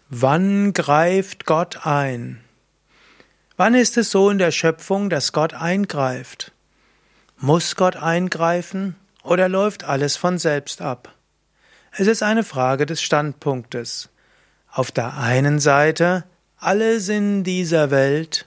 Wann greift Gott ein? Wann ist es so in der Schöpfung, dass Gott eingreift? Muss Gott eingreifen oder läuft alles von selbst ab? Es ist eine Frage des Standpunktes. Auf der einen Seite, alles in dieser Welt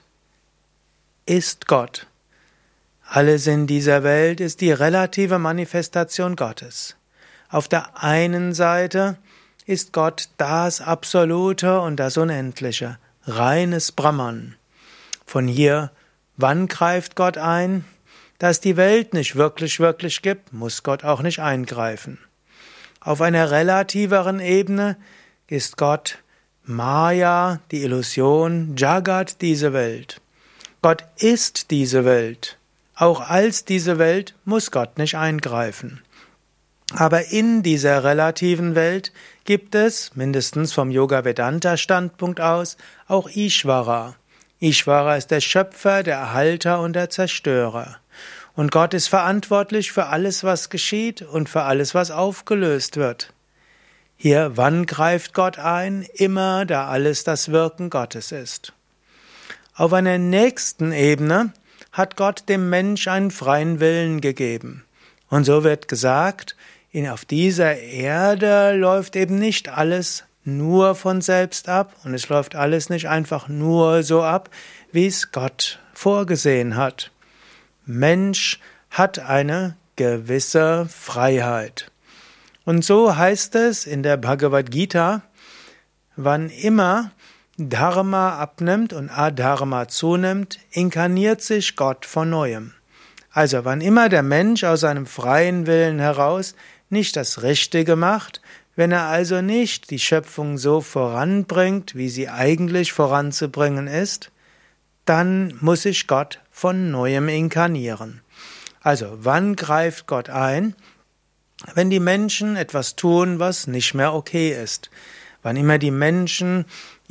ist Gott. Alles in dieser Welt ist die relative Manifestation Gottes. Auf der einen Seite ist Gott das Absolute und das Unendliche, reines Brahman. Von hier, wann greift Gott ein? Da es die Welt nicht wirklich gibt, muss Gott auch nicht eingreifen. Auf einer relativeren Ebene ist Gott Maya, die Illusion, Jagat, diese Welt. Gott ist diese Welt. Auch als diese Welt muss Gott nicht eingreifen. Aber in dieser relativen Welt gibt es, mindestens vom Yoga-Vedanta-Standpunkt aus, auch Ishvara. Ishvara ist der Schöpfer, der Erhalter und der Zerstörer. Und Gott ist verantwortlich für alles, was geschieht und für alles, was aufgelöst wird. Hier, wann greift Gott ein? Immer, da alles das Wirken Gottes ist. Auf einer nächsten Ebene hat Gott dem Mensch einen freien Willen gegeben. Und so wird gesagt, auf dieser Erde läuft eben nicht alles nur von selbst ab und es läuft alles nicht einfach nur so ab, wie es Gott vorgesehen hat. Mensch hat eine gewisse Freiheit. Und so heißt es in der Bhagavad Gita, wann immer Dharma abnimmt und Adharma zunimmt, inkarniert sich Gott von Neuem. Also wann immer der Mensch aus seinem freien Willen heraus nicht das Richtige macht, wenn er also nicht die Schöpfung so voranbringt, wie sie eigentlich voranzubringen ist, dann muss sich Gott von Neuem inkarnieren. Also wann greift Gott ein? Wenn die Menschen etwas tun, was nicht mehr okay ist. Wann immer die Menschen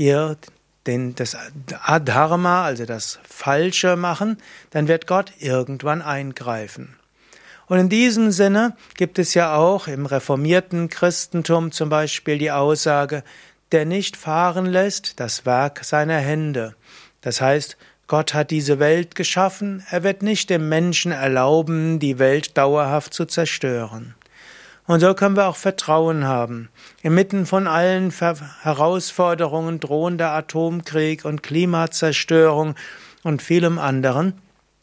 das Adharma, also das Falsche machen, dann wird Gott irgendwann eingreifen. Und in diesem Sinne gibt es ja auch im reformierten Christentum zum Beispiel die Aussage, der nicht fahren lässt, das Werk seiner Hände. Das heißt, Gott hat diese Welt geschaffen, er wird nicht dem Menschen erlauben, die Welt dauerhaft zu zerstören. Und so können wir auch Vertrauen haben. Inmitten von allen Herausforderungen, drohender Atomkrieg und Klimazerstörung und vielem anderen,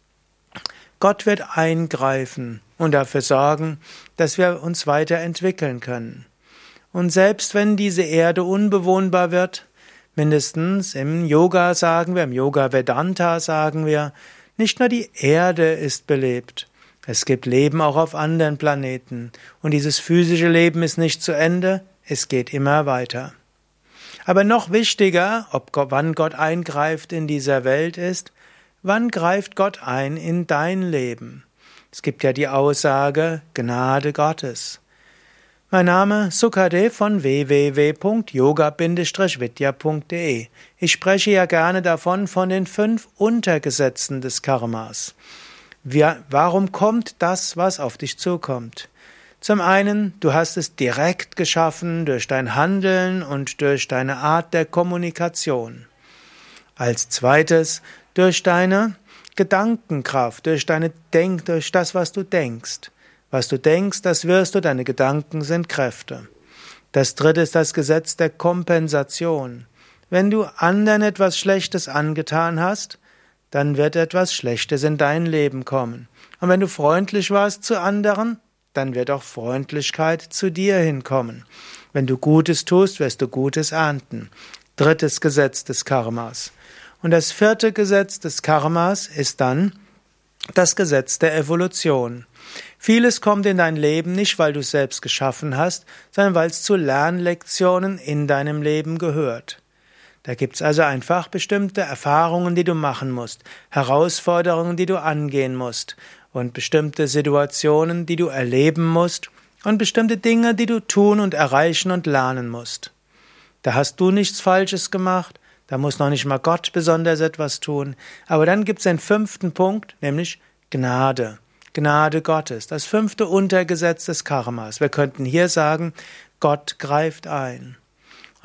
Gott wird eingreifen und dafür sorgen, dass wir uns weiterentwickeln können. Und selbst wenn diese Erde unbewohnbar wird, mindestens im Yoga sagen wir, im Yoga Vedanta sagen wir, nicht nur die Erde ist belebt. Es gibt Leben auch auf anderen Planeten. Und dieses physische Leben ist nicht zu Ende, es geht immer weiter. Aber noch wichtiger, wann Gott eingreift in dieser Welt ist, wann greift Gott ein in dein Leben? Es gibt ja die Aussage, Gnade Gottes. Mein Name Sukadev von www.yoga-vidya.de. Ich spreche ja gerne von den 5 Untergesetzen des Karmas. Warum kommt das, was auf dich zukommt? Zum einen, du hast es direkt geschaffen durch dein Handeln und durch deine Art der Kommunikation. Als zweites, durch deine Gedankenkraft, durch das, was du denkst. Was du denkst, das wirst du, deine Gedanken sind Kräfte. Das dritte ist das Gesetz der Kompensation. Wenn du anderen etwas Schlechtes angetan hast, dann wird etwas Schlechtes in dein Leben kommen. Und wenn du freundlich warst zu anderen, dann wird auch Freundlichkeit zu dir hinkommen. Wenn du Gutes tust, wirst du Gutes ernten. Drittes Gesetz des Karmas. Und das vierte Gesetz des Karmas ist dann das Gesetz der Evolution. Vieles kommt in dein Leben nicht, weil du es selbst geschaffen hast, sondern weil es zu Lernlektionen in deinem Leben gehört. Da gibt's also einfach bestimmte Erfahrungen, die du machen musst, Herausforderungen, die du angehen musst und bestimmte Situationen, die du erleben musst und bestimmte Dinge, die du tun und erreichen und lernen musst. Da hast du nichts Falsches gemacht, da muss noch nicht mal Gott besonders etwas tun, aber dann gibt's den 5. Punkt, nämlich Gnade. Gnade Gottes, das 5. Untergesetz des Karmas. Wir könnten hier sagen, Gott greift ein.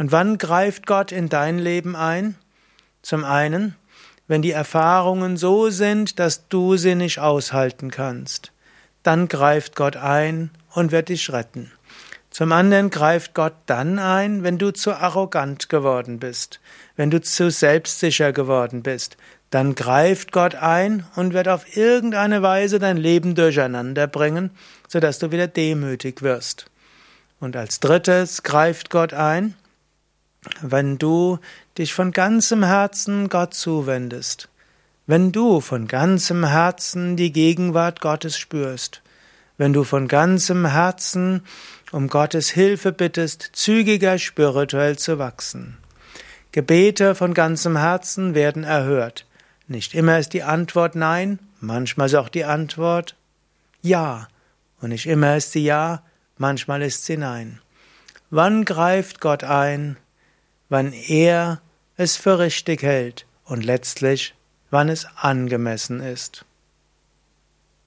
Und wann greift Gott in dein Leben ein? Zum einen, wenn die Erfahrungen so sind, dass du sie nicht aushalten kannst. Dann greift Gott ein und wird dich retten. Zum anderen greift Gott dann ein, wenn du zu arrogant geworden bist, wenn du zu selbstsicher geworden bist. Dann greift Gott ein und wird auf irgendeine Weise dein Leben durcheinander bringen, sodass du wieder demütig wirst. Und als drittes greift Gott ein, wenn du dich von ganzem Herzen Gott zuwendest, wenn du von ganzem Herzen die Gegenwart Gottes spürst, wenn du von ganzem Herzen um Gottes Hilfe bittest, zügiger spirituell zu wachsen. Gebete von ganzem Herzen werden erhört. Nicht immer ist die Antwort Nein, manchmal ist auch die Antwort Ja. Und nicht immer ist sie Ja, manchmal ist sie Nein. Wann greift Gott ein? Wann er es für richtig hält und letztlich, wann es angemessen ist.